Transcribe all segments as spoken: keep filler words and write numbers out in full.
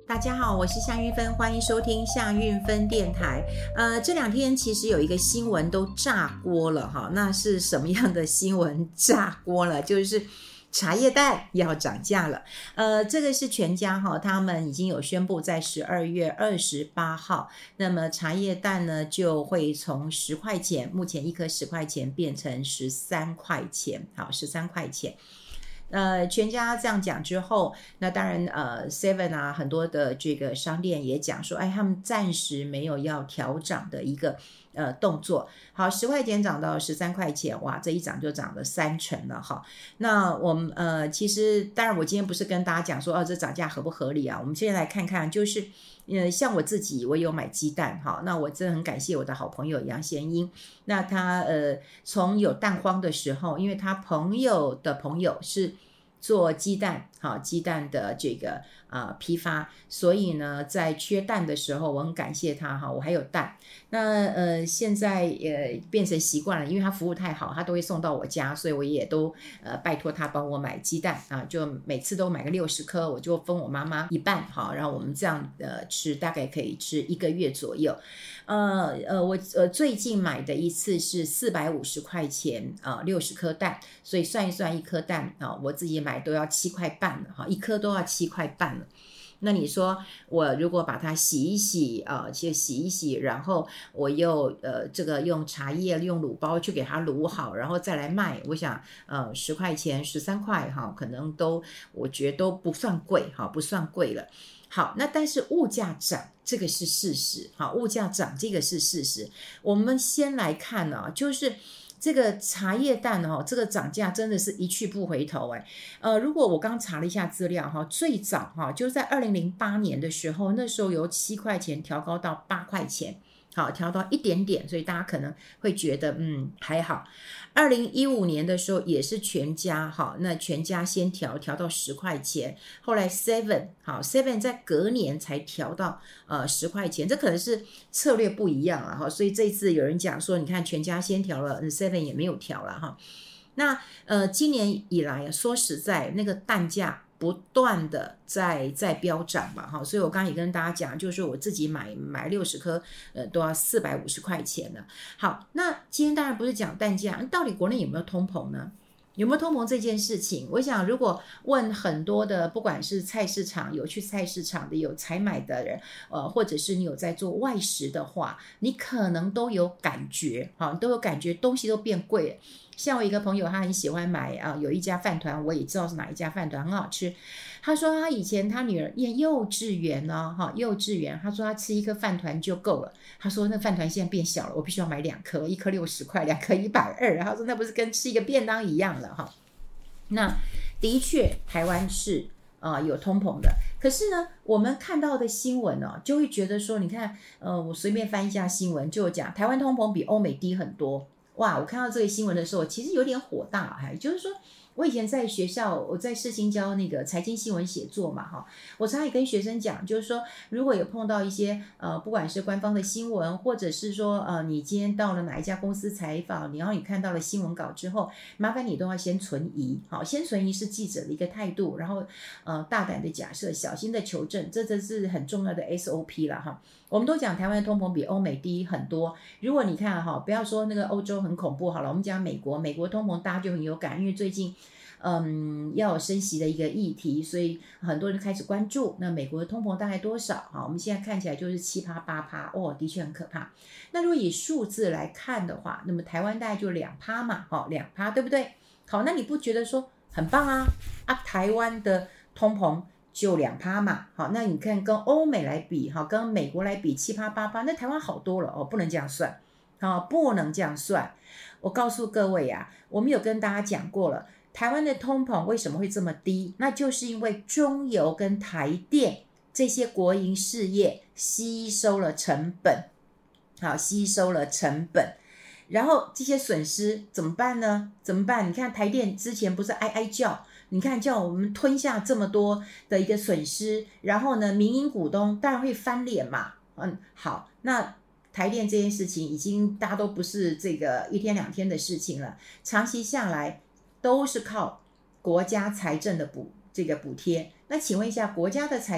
大家好，我是夏运芬，欢迎收听夏运芬电台。呃，这两天其实有一个新闻都炸锅了哈，那是什么样的新闻炸锅了？就是茶叶蛋要涨价了。呃，这个是全家哈，他们已经有宣布在十二月二十八号，那么茶叶蛋呢就会从十块钱，目前一颗十块钱变成十三块钱，好，十三块钱。呃，全家这样讲之后，那当然呃 Seven 啊，很多的这个商店也讲说，哎，他们暂时没有要调涨的一个呃动作。好，十块钱涨到十三块钱，哇，这一涨就涨了三成了哈。那我们呃，其实当然我今天不是跟大家讲说，哦，这涨价合不合理啊？我们现在来看看，就是呃，像我自己，我有买鸡蛋哈，那我真的很感谢我的好朋友杨贤英。那他呃，从有蛋荒的时候，因为他朋友的朋友是做鸡蛋，好鸡蛋的这个啊、呃、批发，所以呢，在缺蛋的时候，我很感谢他哈，我还有蛋。那呃，现在呃变成习惯了，因为他服务太好，他都会送到我家，所以我也都呃拜托他帮我买鸡蛋啊，就每次都买个六十颗，我就分我妈妈一半哈，然后我们这样呃吃，大概可以吃一个月左右。呃呃，我呃最近买的一次是四百五十块钱啊，六十颗蛋，所以算一算一颗蛋啊，我自己买都要七块半了哈，一颗都要七块半了。那你说我如果把它洗一洗啊，去洗一洗，然后我又呃这个用茶叶用卤包去给它卤好，然后再来卖，我想呃十块钱十三块哈，可能都我觉得都不算贵哈，不算贵了。好，那但是物价涨这个是事实，好，物价涨这个是事实。我们先来看啊，就是这个茶叶蛋哦，这个涨价真的是一去不回头哎。呃，如果我刚查了一下资料哈，最早哈就是在二零零八年的时候，那时候由七块钱调高到八块钱。好，调到一点点，所以大家可能会觉得嗯还好。二零一五年的时候也是全家哈，那全家先调调到十块钱，后来 Seven 好 Seven 在隔年才调到呃十块钱，这可能是策略不一样了哈。所以这次有人讲说，你看全家先调了 ，Seven 也没有调了哈。那呃今年以来说实在那个蛋价不断的在在飙涨嘛哈，所以我刚刚也跟大家讲，就是我自己买买六十颗，呃，都要四百五十块钱了。好，那今天当然不是讲蛋价，到底国内有没有通膨呢？有没有通膨这件事情？我想，如果问很多的，不管是菜市场有去菜市场的，有采买的人，呃，或者是你有在做外食的话，你可能都有感觉，哈，都有感觉，东西都变贵了。像我一个朋友，他很喜欢买啊、呃，有一家饭团，我也知道是哪一家饭团，很好吃。他说他以前他女儿念幼稚园呢，哈，幼稚园，他说他吃一颗饭团就够了。他说那饭团现在变小了，我必须要买两颗，一颗六十块，两颗一百二。他说那不是跟吃一个便当一样了哈。那的确，台湾是啊、呃、有通膨的，可是呢，我们看到的新闻哦，就会觉得说，你看，呃，我随便翻一下新闻，就讲台湾通膨比欧美低很多。哇，我看到这个新闻的时候，其实有点火大，还就是说，我以前在学校，我在世新教那个财经新闻写作嘛，哈，我常常也跟学生讲，就是说，如果有碰到一些呃，不管是官方的新闻，或者是说呃，你今天到了哪一家公司采访，然后你看到了新闻稿之后，麻烦你都要先存疑，好，先存疑是记者的一个态度，然后呃，大胆的假设，小心的求证，这这是很重要的 S O P 了哈。我们都讲台湾的通膨比欧美低很多，如果你看哈，不要说那个欧洲很恐怖好了，我们讲美国，美国通膨大家就很有感，因为最近嗯要有升息的一个议题，所以很多人开始关注那美国的通膨大概多少哈，我们现在看起来就是七趴八趴哦，的确很可怕。那如果以数字来看的话，那么台湾大概就两趴嘛，哈，两趴对不对？好，那你不觉得说很棒啊？啊，台湾的通膨就两趴嘛，好，那你看跟欧美来比，好，跟美国来比七趴八趴，那台湾好多了哦，不能这样算，好，不能这样算。我告诉各位啊，我们有跟大家讲过了，台湾的通膨为什么会这么低？那就是因为中油跟台电这些国营事业吸收了成本，好，吸收了成本。然后这些损失怎么办呢？怎么办？你看台电之前不是哀哀叫，你看叫我们吞下这么多的一个损失，然后呢，民营股东当然会翻脸嘛。嗯，好，那台电这件事情已经大家都不是这个一天两天的事情了，长期下来都是靠国家财政的补这个补贴。那请问一下，国家的财政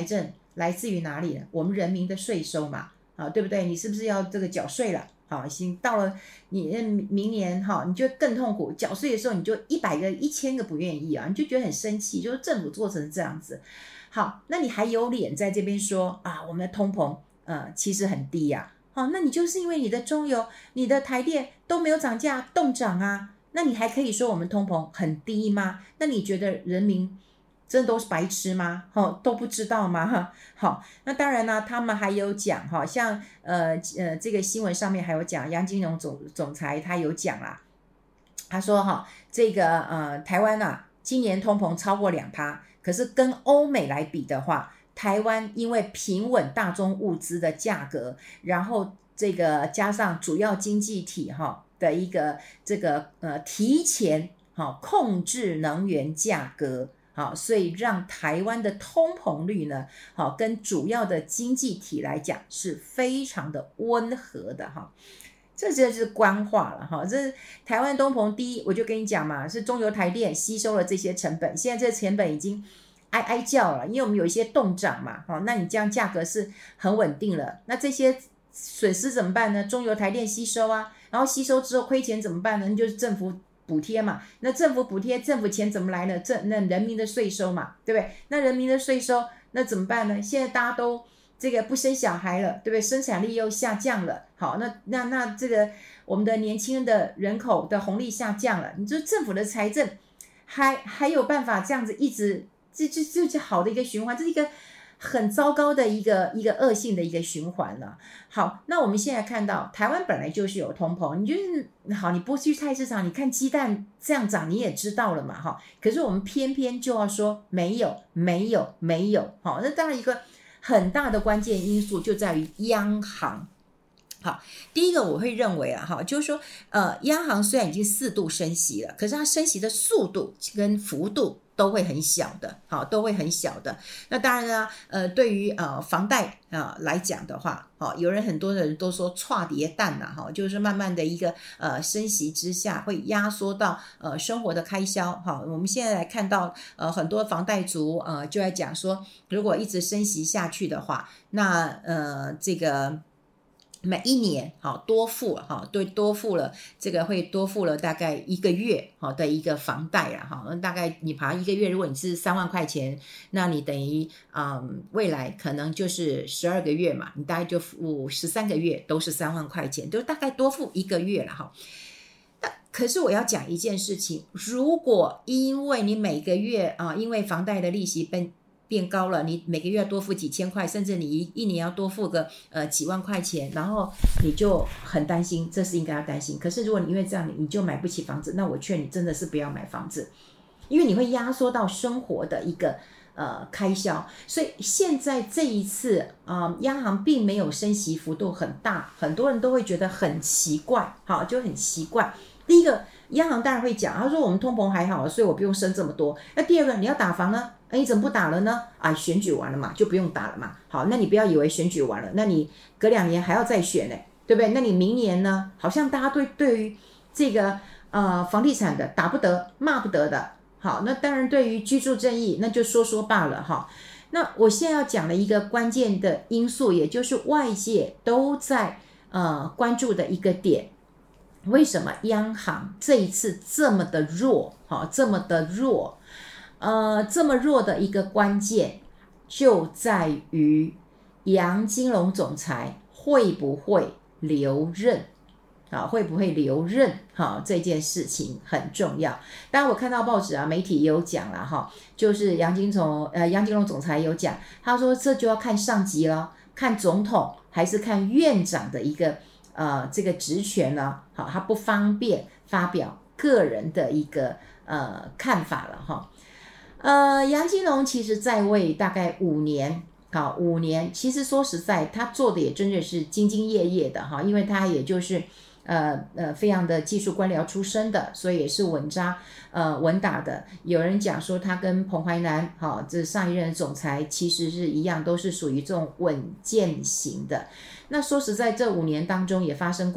来自于哪里呢？我们人民的税收嘛，啊，对不对？你是不是要这个缴税了？好，行，到了你明年哈，你就更痛苦。缴税的时候，你就一百个、一千个不愿意啊，你就觉得很生气，就是政府做成这样子。好，那你还有脸在这边说啊，我们的通膨呃其实很低呀、啊？好，那你就是因为你的中油、你的台电都没有涨价，冻涨啊，那你还可以说我们通膨很低吗？那你觉得人民真的都是白痴吗？哦，都不知道吗？哈，好，那当然呢，他们还有讲哈，像呃呃这个新闻上面还有讲，杨金龙总总裁他有讲啦，他说哈，这个呃台湾啊，今年通膨超过两趴，可是跟欧美来比的话，台湾因为平稳大宗物资的价格，然后这个加上主要经济体哈的一个这个呃提前哈控制能源价格。好，所以让台湾的通膨率呢，好，跟主要的经济体来讲是非常的温和的哈，这就是官话了哈。这台湾通膨低，我就跟你讲嘛，是中油台电吸收了这些成本，现在这成本已经哀哀叫了，因为我们有一些冻涨嘛，哈，那你这样价格是很稳定了，那这些损失怎么办呢？中油台电吸收啊，然后吸收之后亏钱怎么办呢？那就是政府补贴嘛，那政府补贴，政府钱怎么来呢？这那人民的税收嘛，对不对？那人民的税收，那怎么办呢？现在大家都这个不生小孩了，对不对？生产力又下降了，好，那那那这个我们的年轻的人口的红利下降了，你说政府的财政还还有办法这样子一直这这这这好的一个循环，这是一个很糟糕的一个一个恶性的一个循环了。好，那我们现在看到台湾本来就是有通膨，你就是好，你不去菜市场，你看鸡蛋这样涨，你也知道了嘛，哈。可是我们偏偏就要说没有，没有，没有，好，那当然一个很大的关键因素就在于央行。好，第一个我会认为啊，哈，就是说，呃，央行虽然已经四度升息了，可是它升息的速度跟幅度都会很小的，好，都会很小的。那当然呢，呃，对于呃房贷啊、呃、来讲的话，好，有人很多人都说唰叠蛋呐，哈，就是慢慢的一个呃升息之下，会压缩到呃生活的开销，哈。我们现在来看到呃很多房贷族呃就在讲说，如果一直升息下去的话，那呃这个。每一年好多付哈，对，多付了这个会多付了大概一个月好的一个房贷啦哈，大概你爬一个月，如果你是三万块钱，那你等于嗯未来可能就是十二个月嘛，你大概就付十三个月都是三万块钱，就大概多付一个月了哈。那可是我要讲一件事情，如果因为你每个月啊，因为房贷的利息变变高了，你每个月要多付几千块，甚至你一一年要多付个呃几万块钱，然后你就很担心，这是应该要担心。可是如果你因为这样你就买不起房子，那我劝你真的是不要买房子，因为你会压缩到生活的一个呃开销。所以现在这一次啊、呃，央行并没有升息幅度很大，很多人都会觉得很奇怪，好，就很奇怪。第一个，央行当然会讲，他说我们通膨还好，所以我不用升这么多。那第二个，你要打房呢？哎，你怎么不打了呢？啊，选举完了嘛，就不用打了嘛。好，那你不要以为选举完了，那你隔两年还要再选呢，对不对？那你明年呢？好像大家对对于这个呃房地产的打不得、骂不得的。好，那当然对于居住正义，那就说说罢了哈。那我现在要讲的一个关键的因素，也就是外界都在呃关注的一个点。为什么央行这一次这么的弱？好，这么的弱，呃，这么弱的一个关键就在于杨金龙总裁会不会留任？啊，会不会留任？哈，这件事情很重要。当然，我看到报纸啊，媒体也有讲了哈，就是杨金总呃杨金龙总裁有讲，他说这就要看上级了，看总统还是看院长的一个。呃，这个职权呢，好，他不方便发表个人的一个呃看法了哈。呃，杨金龙其实在位大概五年，好，五年，其实说实在，他做的也真的是兢兢业业的哈，因为他也就是呃呃非常的技术官僚出身的，所以也是稳扎呃稳打的。有人讲说他跟彭淮南，好，这上一任总裁其实是一样，都是属于这种稳健型的。那说实在，这五年当中也发生过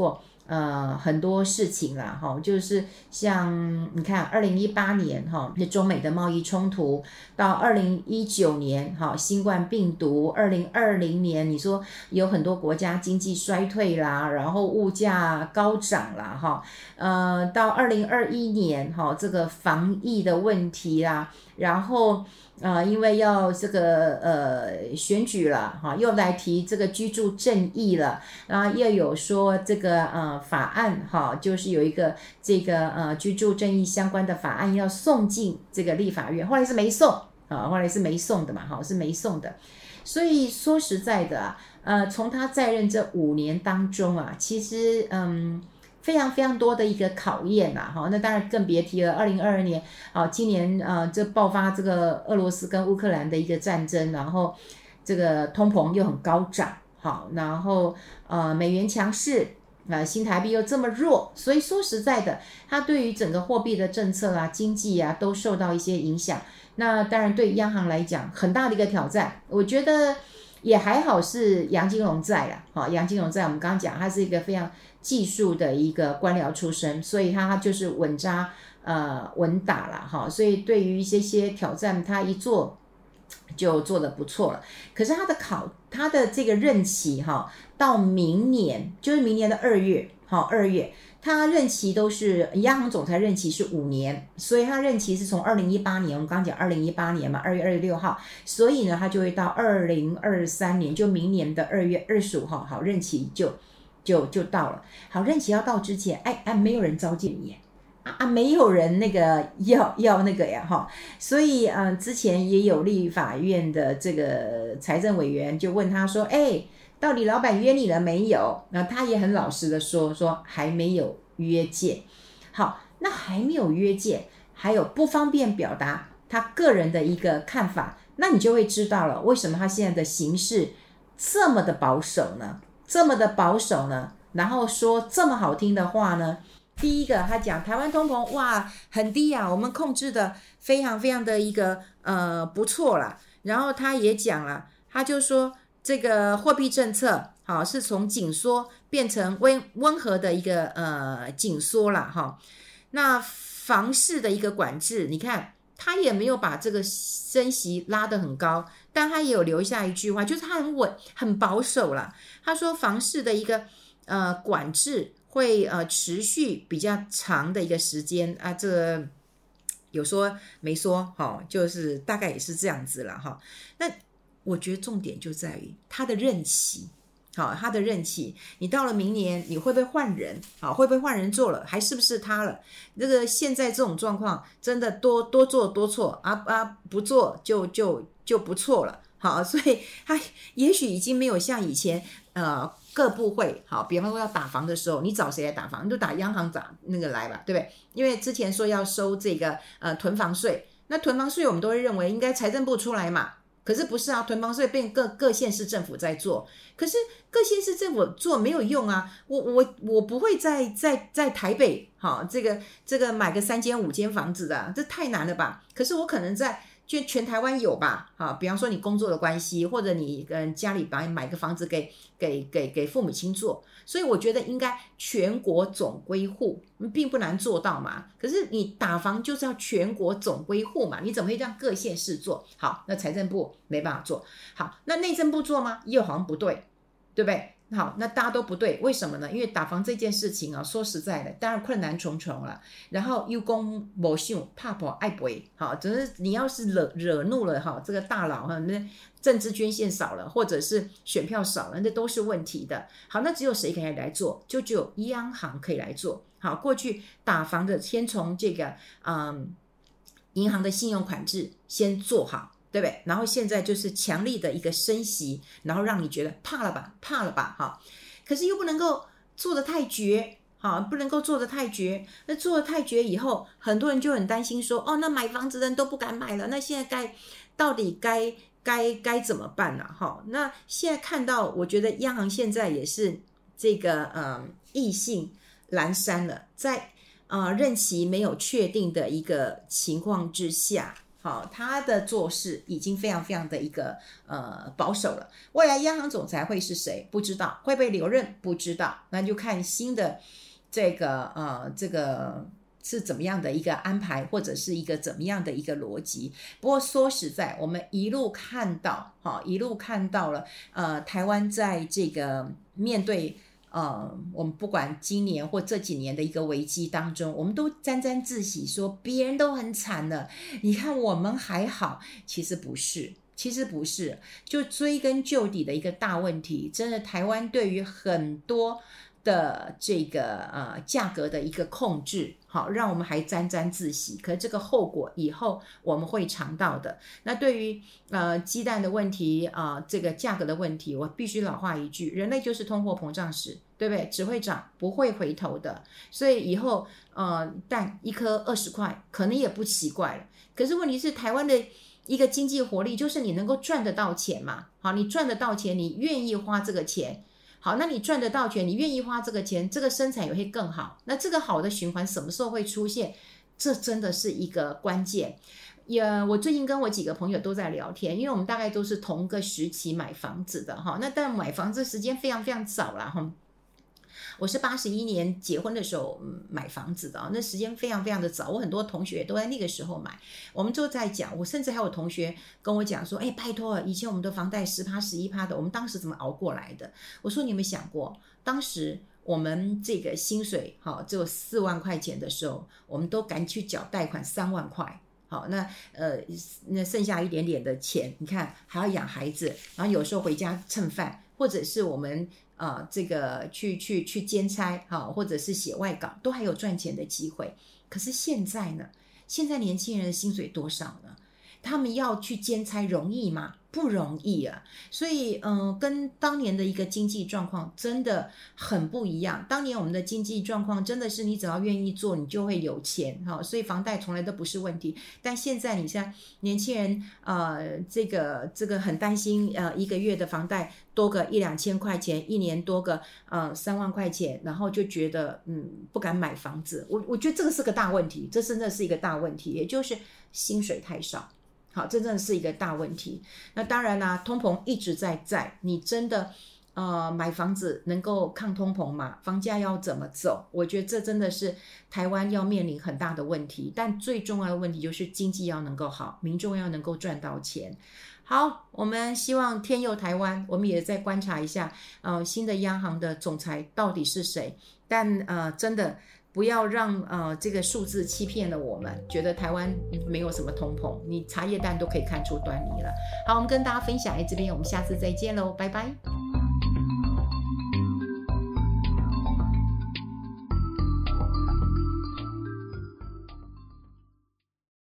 呃很多事情啦哈，就是像你看二零一八年哈，那中美的贸易冲突，到二零一九年哈，新冠病毒，二零二零年你说有很多国家经济衰退啦，然后物价高涨啦哈，呃，到二零二一年哈，这个防疫的问题啦，然后。呃，因为要这个呃选举了哈，又来提这个居住正义了，然后又有说这个呃法案哈，就是有一个这个呃居住正义相关的法案要送进这个立法院，后来是没送啊，后来是没送的嘛，哈，是没送的。所以说实在的啊，呃，从他在任这五年当中啊，其实嗯。非常非常多的一个考验啦，哈，那当然更别提了。二零二二年，啊，今年呃，这爆发这个俄罗斯跟乌克兰的一个战争，然后这个通膨又很高涨，好，然后呃，美元强势，啊，新台币又这么弱，所以说实在的，它对于整个货币的政策啊、经济啊，都受到一些影响。那当然对央行来讲，很大的一个挑战。我觉得也还好是杨金龙在啦，好，杨金龙在，我们刚刚讲，他是一个非常技术的一个官僚出身，所以他就是稳扎呃稳打啦，哈，所以对于一些些挑战，他一做就做得不错了。可是他的考他的这个任期哈，到明年就是明年的二月，好二月。他任期都是央行总裁任期是五年，所以他任期是从二零一八年，我们刚刚讲二零一八年嘛，二月二十六号，所以呢，他就会到二零二三年，就明年的二月二十五号，好，任期就就就到了。好，任期要到之前，哎哎，没有人召见你啊啊，没有人那个要要那个呀哈，所以嗯、呃，之前也有立法院的这个财政委员就问他说，哎。到底老板约你了没有？那他也很老实的说，说还没有约见。好，那还没有约见，还有不方便表达他个人的一个看法，那你就会知道了，为什么他现在的形势这么的保守呢？这么的保守呢？然后说这么好听的话呢？第一个，他讲台湾通膨哇很低啊，我们控制的非常非常的一个呃不错啦。然后他也讲了，他就说。这个货币政策好是从紧缩变成温温和的一个呃紧缩啦哈，那房市的一个管制，你看他也没有把这个升息拉得很高，但他也有留下一句话，就是他很稳很保守啦。他说房市的一个呃管制会呃持续比较长的一个时间啊，这个有说没说哈，就是大概也是这样子啦哈。那我觉得重点就在于他的任期，好，他的任期，你到了明年，你会不会换人？好，会不会换人做了？还是不是他了？这个现在这种状况，真的多多做多错啊啊，不做就就就不错了。好，所以他也许已经没有像以前呃各部会，好，比方说要打房的时候，你找谁来打房？你就打央行打那个来吧，对不对？因为之前说要收这个呃囤房税，那囤房税我们都会认为应该财政部出来嘛。可是不是啊，囤房税变各各县市政府在做，可是各县市政府做没有用啊，我我我不会在在在台北哈，这个这个买个三间五间房子的、啊，这太难了吧？可是我可能在就全台湾有吧，哈，比方说你工作的关系，或者你跟家里买买个房子给给给给父母亲做，所以我觉得应该全国总归户，并不难做到嘛。可是你打房就是要全国总归户嘛，你怎么会让各县市做？好，那财政部没办法做，好，那内政部做吗？又好像不对，对不对？好，那大家都不对，为什么呢？因为打房这件事情啊，说实在的，当然困难重重了。然后又公某秀怕不爱不好，只是你要是惹惹怒了哈，这个大佬哈，那政治捐献少了，或者是选票少了，那都是问题的。好，那只有谁可以来做？就只有央行可以来做。好，过去打房的先从这个嗯银行的信用管制先做好。对不对？然后现在就是强力的一个升息，然后让你觉得怕了吧，怕了吧，哈。可是又不能够做得太绝，哈，不能够做得太绝。那做得太绝以后，很多人就很担心说，哦，那买房子的人都不敢买了，那现在该到底该该该怎么办呢、啊？哈，那现在看到，我觉得央行现在也是这个呃意兴阑珊了，在呃任期没有确定的一个情况之下。 好，他的做事已经非常非常的一个呃保守了。未来央行总裁会是谁？不知道，会不会留任？不知道，那就看新的这个呃这个是怎么样的一个安排，或者是一个怎么样的一个逻辑。不过说实在，我们一路看到，哈，一路看到了，呃，台湾在这个面对。呃，我们不管今年或这几年的一个危机当中，我们都沾沾自喜说别人都很惨了，你看我们还好，其实不是，其实不是，就追根究底的一个大问题，真的台湾对于很多的这个呃价格的一个控制，好，让我们还沾沾自喜，可是这个后果以后我们会尝到的。那对于呃鸡蛋的问题啊、呃，这个价格的问题，我必须老话一句，人类就是通货膨胀史，对不对？只会涨不会回头的，所以以后呃蛋一颗二十块可能也不奇怪了。可是问题是台湾的一个经济活力就是你能够赚得到钱嘛，好，你赚得到钱，你愿意花这个钱。好，那你赚得到钱，你愿意花这个钱，这个生产也会更好。那这个好的循环什么时候会出现？这真的是一个关键。也，我最近跟我几个朋友都在聊天，因为我们大概都是同个时期买房子的哈。那但买房子时间非常非常早啦哈。我是八十一年结婚的时候买房子的，那时间非常非常的早，我很多同学都在那个时候买。我们就在讲，我甚至还有同学跟我讲说，哎，拜托，以前我们的房贷 百分之十、百分之十一 的，我们当时怎么熬过来的？我说你有没有想过，当时我们这个薪水好只有四万块钱的时候，我们都敢去缴贷款三万块。好，那呃，那剩下一点点的钱，你看还要养孩子，然后有时候回家蹭饭，或者是我们呃这个去去去兼差，哈，或者是写外稿，都还有赚钱的机会。可是现在呢？现在年轻人的薪水多少呢？他们要去兼差容易吗？不容易啊。所以嗯、呃，跟当年的一个经济状况真的很不一样。当年我们的经济状况真的是你只要愿意做你就会有钱，哈，所以房贷从来都不是问题。但现在你像年轻人呃这个这个很担心呃一个月的房贷多个一两千块钱，一年多个呃三万块钱，然后就觉得嗯不敢买房子。我我觉得这个是个大问题，这真的是一个大问题，也就是薪水太少。好，这真的是一个大问题。那当然啦，通膨一直在在，你真的呃买房子能够抗通膨吗？房价要怎么走？我觉得这真的是台湾要面临很大的问题。但最重要的问题就是经济要能够好，民众要能够赚到钱。好，我们希望天佑台湾，我们也在观察一下呃新的央行的总裁到底是谁。但呃真的不要让呃这个数字欺骗了我们，觉得台湾没有什么通膨，你茶叶蛋都可以看出端倪了。好，我们跟大家分享在这边，我们下次再见喽，拜拜。